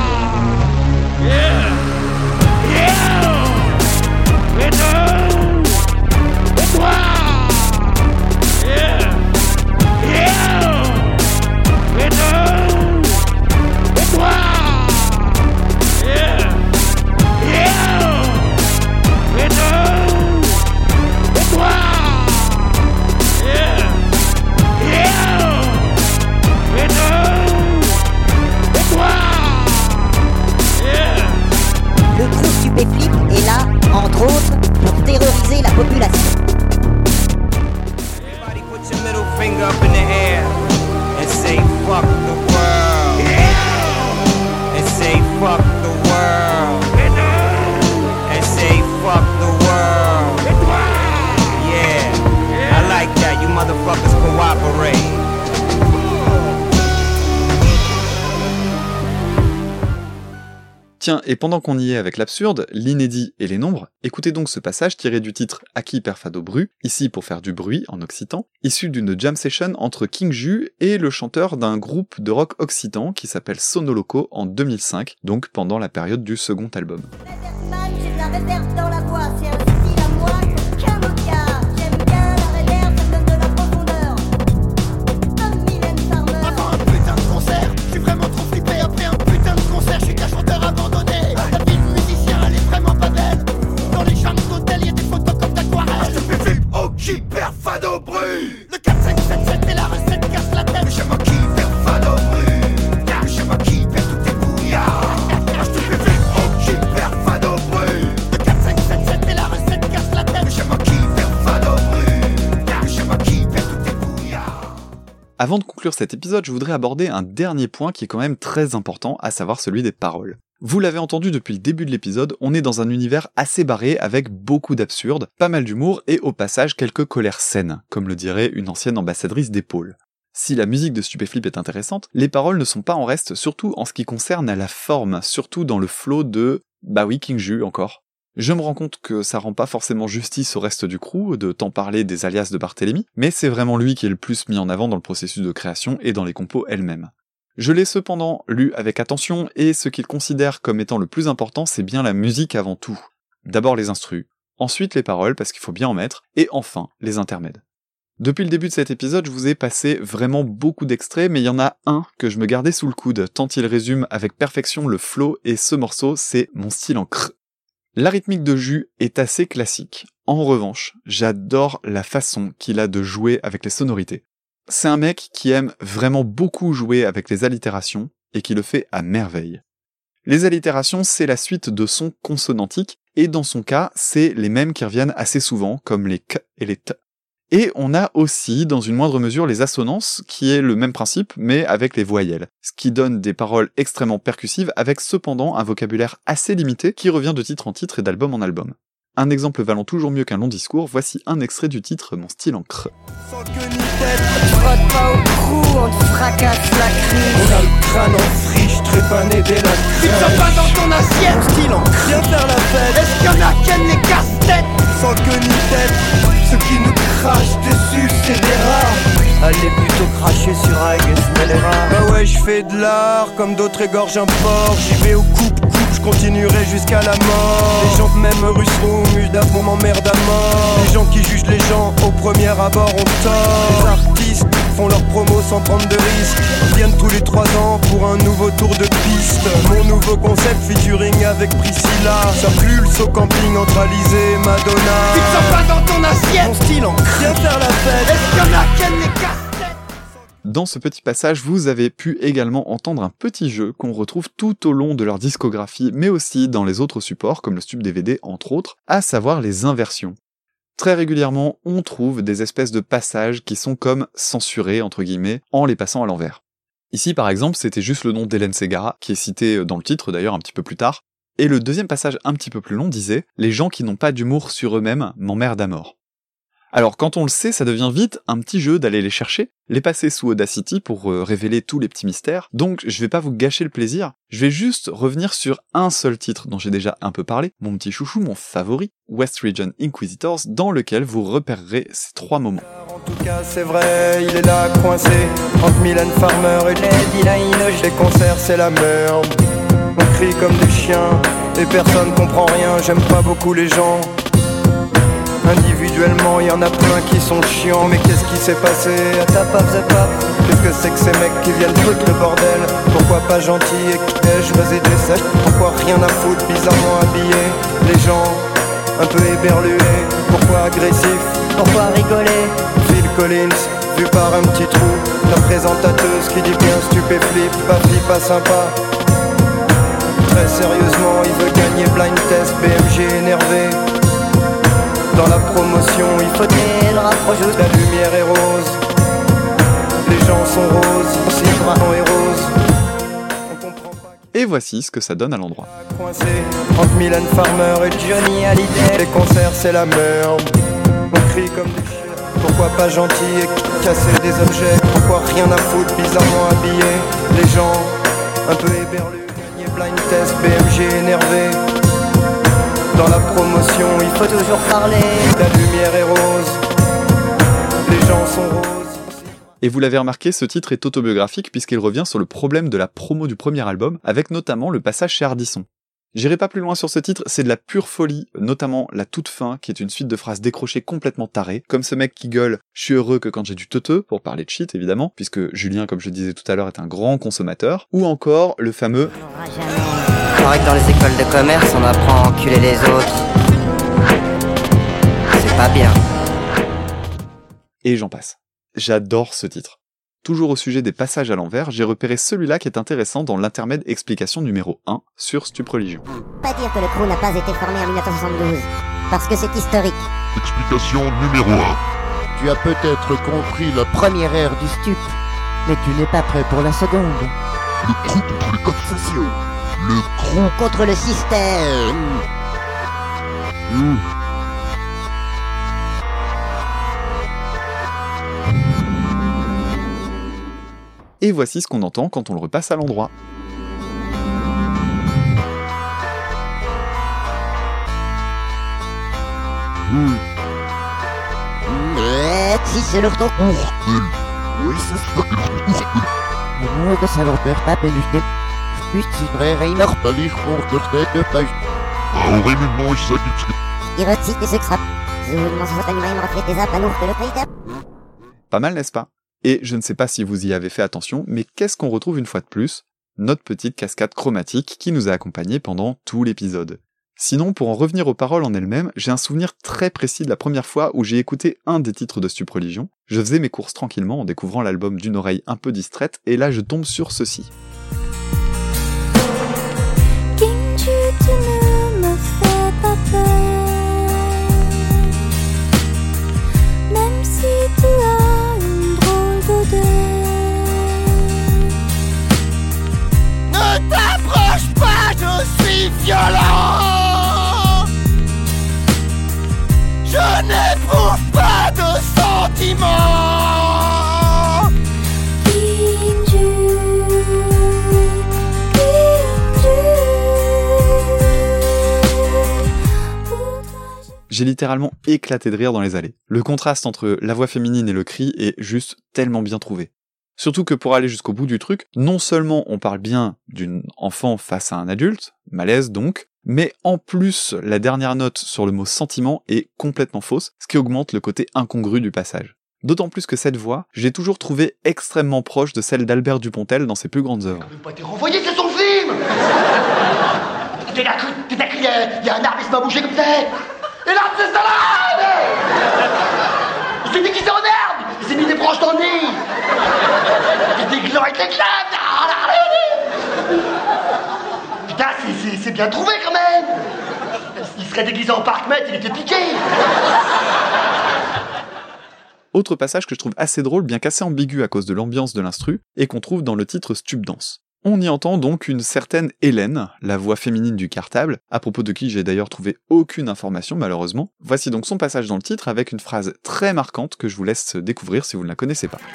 yeah, yeah, et deux, et trois, yeah, yeah, et deux. Le crew Stupéflip est là, entre autres, pour terroriser la population. Everybody put your middle finger up in the air and say fuck the world. Yeah. And say fuck the world. And say fuck the world. Yeah. I like that, you motherfuckers cooperate. Tiens, et pendant qu'on y est avec l'absurde, l'inédit et les nombres, écoutez donc ce passage tiré du titre Aki per fado bru, ici pour faire du bruit en occitan, issu d'une jam session entre King Ju et le chanteur d'un groupe de rock occitan qui s'appelle Sonoloco en deux mille cinq, donc pendant la période du second album. Hyper fado bru. Le quatre cinq sept sept et la recette casse la tête. Je m'en kiffe hyper fado bru. Je m'en kiffe hyper tout est bouillard. Je te fais vite oh hyper fado bru. Le quatre cinq sept sept et la recette casse la tête. Je m'en kiffe hyper fado bru. Je m'en kiffe hyper tout est bouillard. Avant de conclure cet épisode, je voudrais aborder un dernier point qui est quand même très important, à savoir celui des paroles. Vous l'avez entendu depuis le début de l'épisode, on est dans un univers assez barré avec beaucoup d'absurde, pas mal d'humour et au passage quelques colères saines, comme le dirait une ancienne ambassadrice d'Épaule. Si la musique de Stupéflip est intéressante, les paroles ne sont pas en reste, surtout en ce qui concerne la forme, surtout dans le flow de... bah oui, King Ju encore. Je me rends compte que ça rend pas forcément justice au reste du crew de tant parler des alias de Barthélemy, mais c'est vraiment lui qui est le plus mis en avant dans le processus de création et dans les compos elles-mêmes. Je l'ai cependant lu avec attention, et ce qu'il considère comme étant le plus important, c'est bien la musique avant tout. D'abord les instrus, ensuite les paroles, parce qu'il faut bien en mettre, et enfin les intermèdes. Depuis le début de cet épisode, je vous ai passé vraiment beaucoup d'extraits, mais il y en a un que je me gardais sous le coude, tant il résume avec perfection le flow, et ce morceau, c'est mon style en cr. La rythmique de Jus est assez classique. En revanche, j'adore la façon qu'il a de jouer avec les sonorités. C'est un mec qui aime vraiment beaucoup jouer avec les allitérations, et qui le fait à merveille. Les allitérations, c'est la suite de sons consonantiques, et dans son cas, c'est les mêmes qui reviennent assez souvent, comme les k et les t. Et on a aussi, dans une moindre mesure, les assonances, qui est le même principe, mais avec les voyelles, ce qui donne des paroles extrêmement percussives, avec cependant un vocabulaire assez limité, qui revient de titre en titre et d'album en album. Un exemple valant toujours mieux qu'un long discours, voici un extrait du titre Mon style en cr. Sans queue ni tête, on te frotte pas au cou, on te fracasse la crise. On a le crâne en friche, trépané dès la crise. Tu te pas dans ton assiette, mon style en cr. Viens faire la fête, est-ce qu'il y en a qui aiment les casse-têtes? Sans queue ni tête, ceux qui nous crachent dessus, c'est des rats. Allez plutôt cracher sur Agues, mais les rats. Bah ouais, je fais de l'art, comme d'autres égorgent un porc. J'y vais au coupe-coupe, je continuerai jusqu'à la mort. Les gens même russeront, Mudaf, on m'emmerde à mort. Les gens qui jugent les gens au premier abord ont tort. Les artistes font leur promo sans prendre de risques. Ils viennent tous les trois ans pour un nouveau tour de piste. Mon nouveau concept featuring avec Priscilla. Ça pulse au camping entre Alizé et Madonna. Tu te sens pas dans ton assiette, mon style en cr. Viens faire la fête, est-ce qu'il y en a qui aiment les casse-têtes? Dans ce petit passage, vous avez pu également entendre un petit jeu qu'on retrouve tout au long de leur discographie, mais aussi dans les autres supports, comme le Stub D V D entre autres, à savoir les inversions. Très régulièrement, on trouve des espèces de passages qui sont comme censurés, entre guillemets, en les passant à l'envers. Ici, par exemple, c'était juste le nom d'Hélène Ségara, qui est cité dans le titre d'ailleurs un petit peu plus tard, et le deuxième passage un petit peu plus long disait « Les gens qui n'ont pas d'humour sur eux-mêmes m'emmerdent à mort ». Alors quand on le sait, ça devient vite un petit jeu d'aller les chercher, les passer sous Audacity pour euh, révéler tous les petits mystères, donc je vais pas vous gâcher le plaisir, je vais juste revenir sur un seul titre dont j'ai déjà un peu parlé, mon petit chouchou, mon favori, West Region Inquisitors, dans lequel vous repérerez ces trois moments. En tout cas c'est vrai, il est là coincé entre Mylène Farmer et Lady Linoche. Les concerts c'est la merde, on crie comme des chiens et personne comprend rien, j'aime pas beaucoup les gens. Individuellement, y en a plein qui sont chiants. Mais qu'est-ce qui s'est passé à ta pap, pap? Qu'est-ce que c'est que ces mecs qui viennent foutre le bordel? Pourquoi pas gentil et quiche, vas-y t'essayes? Pourquoi rien à foutre, bizarrement habillés? Les gens un peu éberlués. Pourquoi agressif? Pourquoi rigoler? Phil Collins, vu par un petit trou. La présentateuse qui dit bien stupéflip, pas flip, pas sympa. Très sérieusement, il veut gagner blind test, B M G énervé. Dans la promotion, il faut le rapproche. La lumière est rose, les gens sont roses, aussi bravant et rose. On comprend pas. Et voici ce que ça donne à l'endroit. Coincé entre Mylène Farmer et Johnny Hallyday. Les concerts c'est la merde, on crie comme des chiens. Pourquoi pas gentil et casser des objets? Pourquoi rien à foutre, bizarrement habillés? Les gens un peu éberlus, gagner blind test, B M G énervé. Dans la promotion, il faut toujours parler. La lumière est rose, les gens sont roses. Et vous l'avez remarqué, ce titre est autobiographique puisqu'il revient sur le problème de la promo du premier album, avec notamment le passage chez Ardisson. J'irai pas plus loin sur ce titre, c'est de la pure folie, notamment la toute fin, qui est une suite de phrases décrochées complètement tarées, comme ce mec qui gueule « Je suis heureux que quand j'ai du teuteux », pour parler de shit évidemment, puisque Julien, comme je le disais tout à l'heure, est un grand consommateur, ou encore le fameux Il paraît que dans les écoles de commerce, on apprend à enculer les autres. C'est pas bien. Et j'en passe. J'adore ce titre. Toujours au sujet des passages à l'envers, j'ai repéré celui-là qui est intéressant dans l'intermède explication numéro un sur Stup Religion. Pas dire que le crew n'a pas été formé en mille neuf cent soixante-douze, parce que c'est historique. Explication numéro un. Tu as peut-être compris la première ère du Stup, mais tu n'es pas prêt pour la seconde. Le crew contre les codes sociaux. Le crew contre le système. Mmh. Mmh. Et voici ce qu'on entend quand on le repasse à l'endroit. Mais si c'est leur tour. Oui, ça se que ça leur perd pas pénusqué. Putain, Rainer, pas lire pour que je de page. Ah, oui, mais non, ça dit Il retire que ce sera. Zoulement, ça s'anime à me rappeler des appanours que le pays. Pas mal, n'est-ce pas? Et je ne sais pas si vous y avez fait attention, mais qu'est-ce qu'on retrouve une fois de plus? Notre petite cascade chromatique qui nous a accompagnés pendant tout l'épisode. Sinon, pour en revenir aux paroles en elles-mêmes, j'ai un souvenir très précis de la première fois où j'ai écouté un des titres de Stup Religion. Je faisais mes courses tranquillement en découvrant l'album d'une oreille un peu distraite, et là je tombe sur ceci. Kinju, tu ne me fais pas peur, même si tu as une drôle d'odeur. Ne t'approche pas, je suis violent. Je n'éprouve pas de sentiments. Kinju, J'ai littéralement éclaté de rire dans les allées. Le contraste entre la voix féminine et le cri est juste tellement bien trouvé. Surtout que pour aller jusqu'au bout du truc, non seulement on parle bien d'une enfant face à un adulte, malaise donc, mais en plus la dernière note sur le mot sentiment est complètement fausse, ce qui augmente le côté incongru du passage. D'autant plus que cette voix, j'ai toujours trouvé extrêmement proche de celle d'Albert Dupontel dans ses plus grandes œuvres. Pas été renvoyé, c'est son film. T'es d'accord, t'es d'accord, il y a, il y a un arbre qui m'a bougé comme ça. Et l'arbre c'est salade. Il s'est déguisé en herbe. Il s'est mis des branches dans le nez. Il était gland avec les glaces. Putain, c'est, c'est, c'est bien trouvé quand même. Il serait déguisé en parc-mètre, il était piqué. Autre passage que je trouve assez drôle, bien qu'assez ambigu à cause de l'ambiance de l'instru, et qu'on trouve dans le titre Stup Dance. On y entend donc une certaine Hélène, la voix féminine du cartable, à propos de qui j'ai d'ailleurs trouvé aucune information malheureusement. Voici donc son passage dans le titre avec une phrase très marquante que je vous laisse découvrir si vous ne la connaissez pas.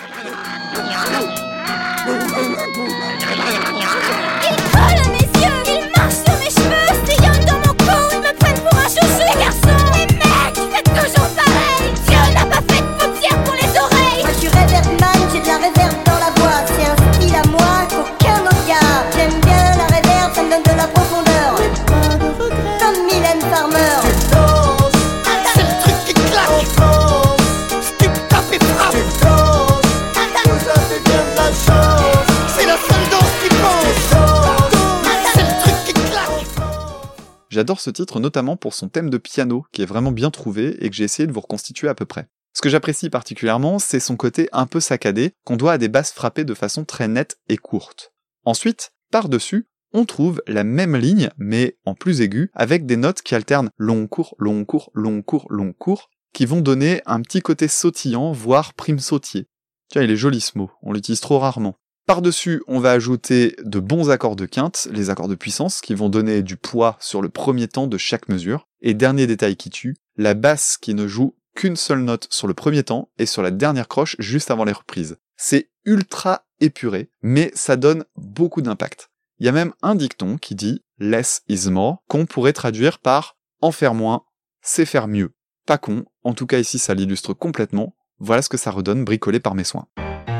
J'adore ce titre notamment pour son thème de piano, qui est vraiment bien trouvé et que j'ai essayé de vous reconstituer à peu près. Ce que j'apprécie particulièrement, c'est son côté un peu saccadé, qu'on doit à des basses frappées de façon très nette et courte. Ensuite, par-dessus, on trouve la même ligne, mais en plus aiguë, avec des notes qui alternent long-court, long-court, long-court, long-court, qui vont donner un petit côté sautillant, voire prime sautier. Tiens, il est joli ce mot, on l'utilise trop rarement. Par-dessus, on va ajouter de bons accords de quinte, les accords de puissance, qui vont donner du poids sur le premier temps de chaque mesure. Et dernier détail qui tue, la basse qui ne joue qu'une seule note sur le premier temps et sur la dernière croche juste avant les reprises. C'est ultra épuré, mais ça donne beaucoup d'impact. Il y a même un dicton qui dit « less is more », qu'on pourrait traduire par « en faire moins, c'est faire mieux ». Pas con, en tout cas ici ça l'illustre complètement, voilà ce que ça redonne bricolé par mes soins.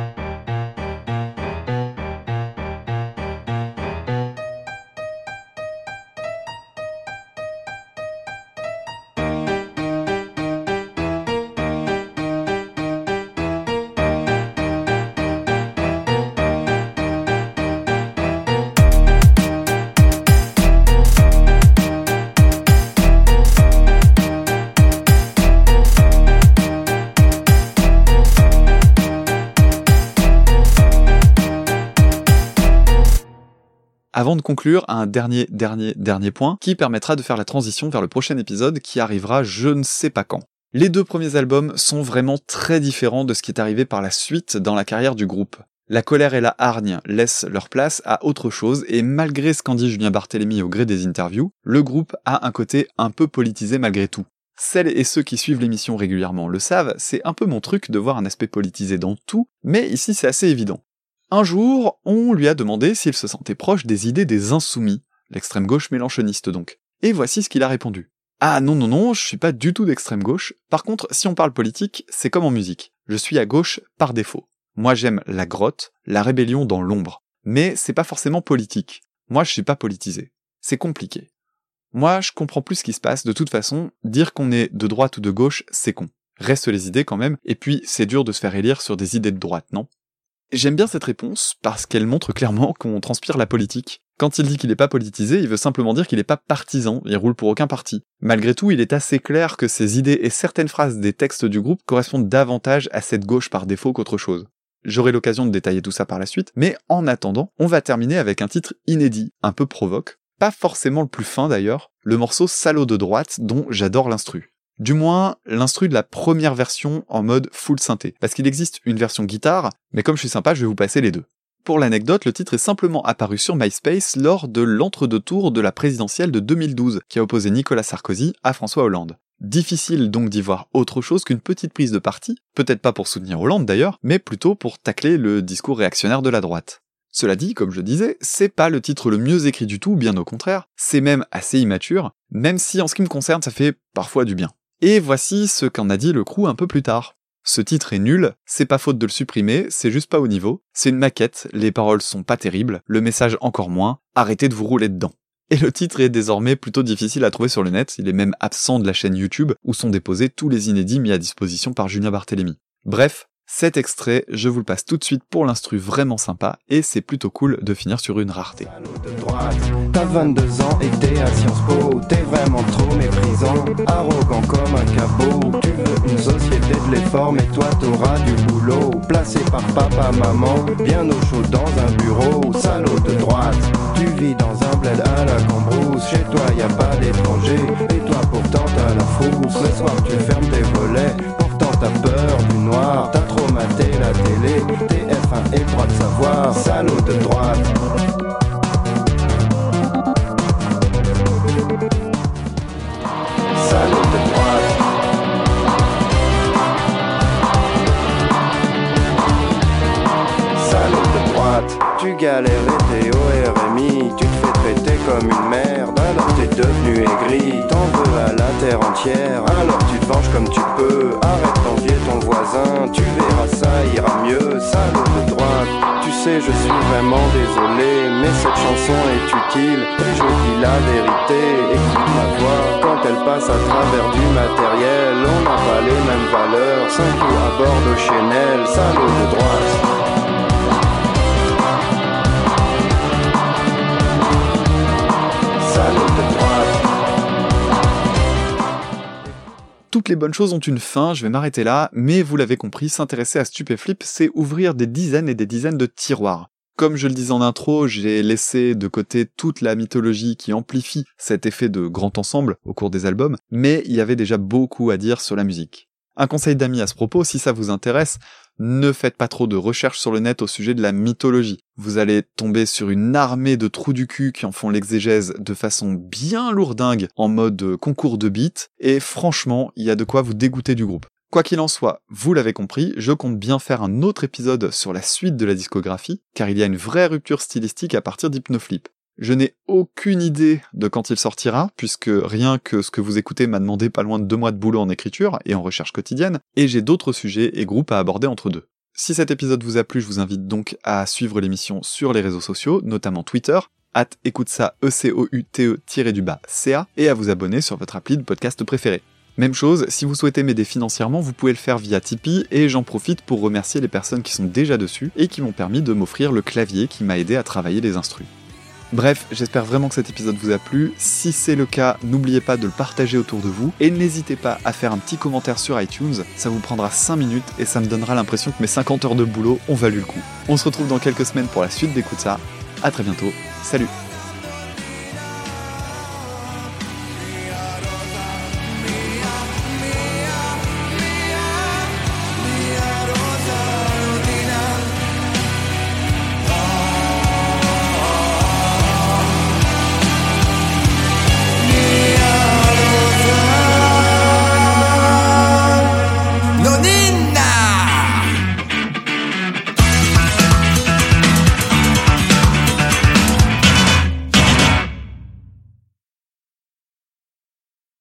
Avant de conclure, un dernier, dernier, dernier point qui permettra de faire la transition vers le prochain épisode qui arrivera je ne sais pas quand. Les deux premiers albums sont vraiment très différents de ce qui est arrivé par la suite dans la carrière du groupe. La colère et la hargne laissent leur place à autre chose et malgré ce qu'en dit Julien Barthélémy au gré des interviews, le groupe a un côté un peu politisé malgré tout. Celles et ceux qui suivent l'émission régulièrement le savent, c'est un peu mon truc de voir un aspect politisé dans tout, mais ici c'est assez évident. Un jour, on lui a demandé s'il se sentait proche des idées des insoumis, l'extrême gauche mélanchoniste donc. Et voici ce qu'il a répondu. Ah non, non, non, je suis pas du tout d'extrême gauche. Par contre, si on parle politique, c'est comme en musique. Je suis à gauche par défaut. Moi j'aime la grotte, la rébellion dans l'ombre. Mais c'est pas forcément politique. Moi je suis pas politisé. C'est compliqué. Moi je comprends plus ce qui se passe. De toute façon, dire qu'on est de droite ou de gauche, c'est con. Restent les idées quand même, et puis c'est dur de se faire élire sur des idées de droite, non ? J'aime bien cette réponse, parce qu'elle montre clairement qu'on transpire la politique. Quand il dit qu'il est pas politisé, il veut simplement dire qu'il est pas partisan, il roule pour aucun parti. Malgré tout, il est assez clair que ses idées et certaines phrases des textes du groupe correspondent davantage à cette gauche par défaut qu'autre chose. J'aurai l'occasion de détailler tout ça par la suite, mais en attendant, on va terminer avec un titre inédit, un peu provoque, pas forcément le plus fin d'ailleurs, le morceau Salaud de droite dont j'adore l'instru. Du moins, l'instru de la première version en mode full synthé, parce qu'il existe une version guitare, mais comme je suis sympa, je vais vous passer les deux. Pour l'anecdote, le titre est simplement apparu sur MySpace lors de l'entre-deux tours de la présidentielle de deux mille douze, qui a opposé Nicolas Sarkozy à François Hollande. Difficile donc d'y voir autre chose qu'une petite prise de parti, peut-être pas pour soutenir Hollande d'ailleurs, mais plutôt pour tacler le discours réactionnaire de la droite. Cela dit, comme je disais, c'est pas le titre le mieux écrit du tout, bien au contraire, c'est même assez immature, même si en ce qui me concerne ça fait parfois du bien. Et voici ce qu'en a dit le crew un peu plus tard. Ce titre est nul, c'est pas faute de le supprimer, c'est juste pas au niveau, c'est une maquette, les paroles sont pas terribles, le message encore moins, arrêtez de vous rouler dedans. Et le titre est désormais plutôt difficile à trouver sur le net, il est même absent de la chaîne YouTube où sont déposés tous les inédits mis à disposition par Julien Barthélémy. Bref, cet extrait, je vous le passe tout de suite pour l'instru vraiment sympa, et c'est plutôt cool de finir sur une rareté. T'as vingt-deux ans et t'es à Sciences Po, t'es vraiment trop méprisant, arrogant comme un cabot. Tu veux une société de l'effort, mais toi t'auras du boulot. Placé par papa, maman, bien au chaud dans un bureau. Salaud de droite, tu vis dans un bled à la Cambrousse. Chez toi y a pas d'étrangers, et toi pourtant t'as la frousse. Le soir tu fermes tes volets, pourtant t'as peur du noir. T'as trop maté la télé, t'es F un et droit de savoir. Salaud de droite. Salaud de droite. Salaud de droite. Tu galères et t'es au R M I, tu te fais traiter comme une merde, alors t'es devenu aigri, t'en veux à la terre entière, alors tu te venges comme tu peux, arrête d'envier ton voisin, tu verras ça ira mieux, salaud de droite. Tu sais je suis vraiment désolé, mais cette chanson est utile, et je dis la vérité, écoute ma voix, quand elle passe à travers du matériel, on n'a pas les mêmes valeurs, cinq jours à bord de Chanel, salaud de droite. Toutes les bonnes choses ont une fin, je vais m'arrêter là, mais vous l'avez compris, s'intéresser à Stupéflip, c'est ouvrir des dizaines et des dizaines de tiroirs. Comme je le disais en intro, j'ai laissé de côté toute la mythologie qui amplifie cet effet de grand ensemble au cours des albums, mais il y avait déjà beaucoup à dire sur la musique. Un conseil d'amis à ce propos, si ça vous intéresse, ne faites pas trop de recherches sur le net au sujet de la mythologie. Vous allez tomber sur une armée de trous du cul qui en font l'exégèse de façon bien lourdingue en mode concours de beats, et franchement, il y a de quoi vous dégoûter du groupe. Quoi qu'il en soit, vous l'avez compris, je compte bien faire un autre épisode sur la suite de la discographie, car il y a une vraie rupture stylistique à partir d'Hypnoflip. Je n'ai aucune idée de quand il sortira, puisque rien que ce que vous écoutez m'a demandé pas loin de deux mois de boulot en écriture et en recherche quotidienne, et j'ai d'autres sujets et groupes à aborder entre deux. Si cet épisode vous a plu, je vous invite donc à suivre l'émission sur les réseaux sociaux, notamment Twitter, at écoute ça, E C O U T E du bas C A, et à vous abonner sur votre appli de podcast préféré. Même chose, si vous souhaitez m'aider financièrement, vous pouvez le faire via Tipeee, et j'en profite pour remercier les personnes qui sont déjà dessus, et qui m'ont permis de m'offrir le clavier qui m'a aidé à travailler les instrus. Bref, j'espère vraiment que cet épisode vous a plu. Si c'est le cas, n'oubliez pas de le partager autour de vous et n'hésitez pas à faire un petit commentaire sur iTunes, ça vous prendra cinq minutes et ça me donnera l'impression que mes cinquante heures de boulot ont valu le coup. On se retrouve dans quelques semaines pour la suite d'Écoute ça. À très bientôt, salut.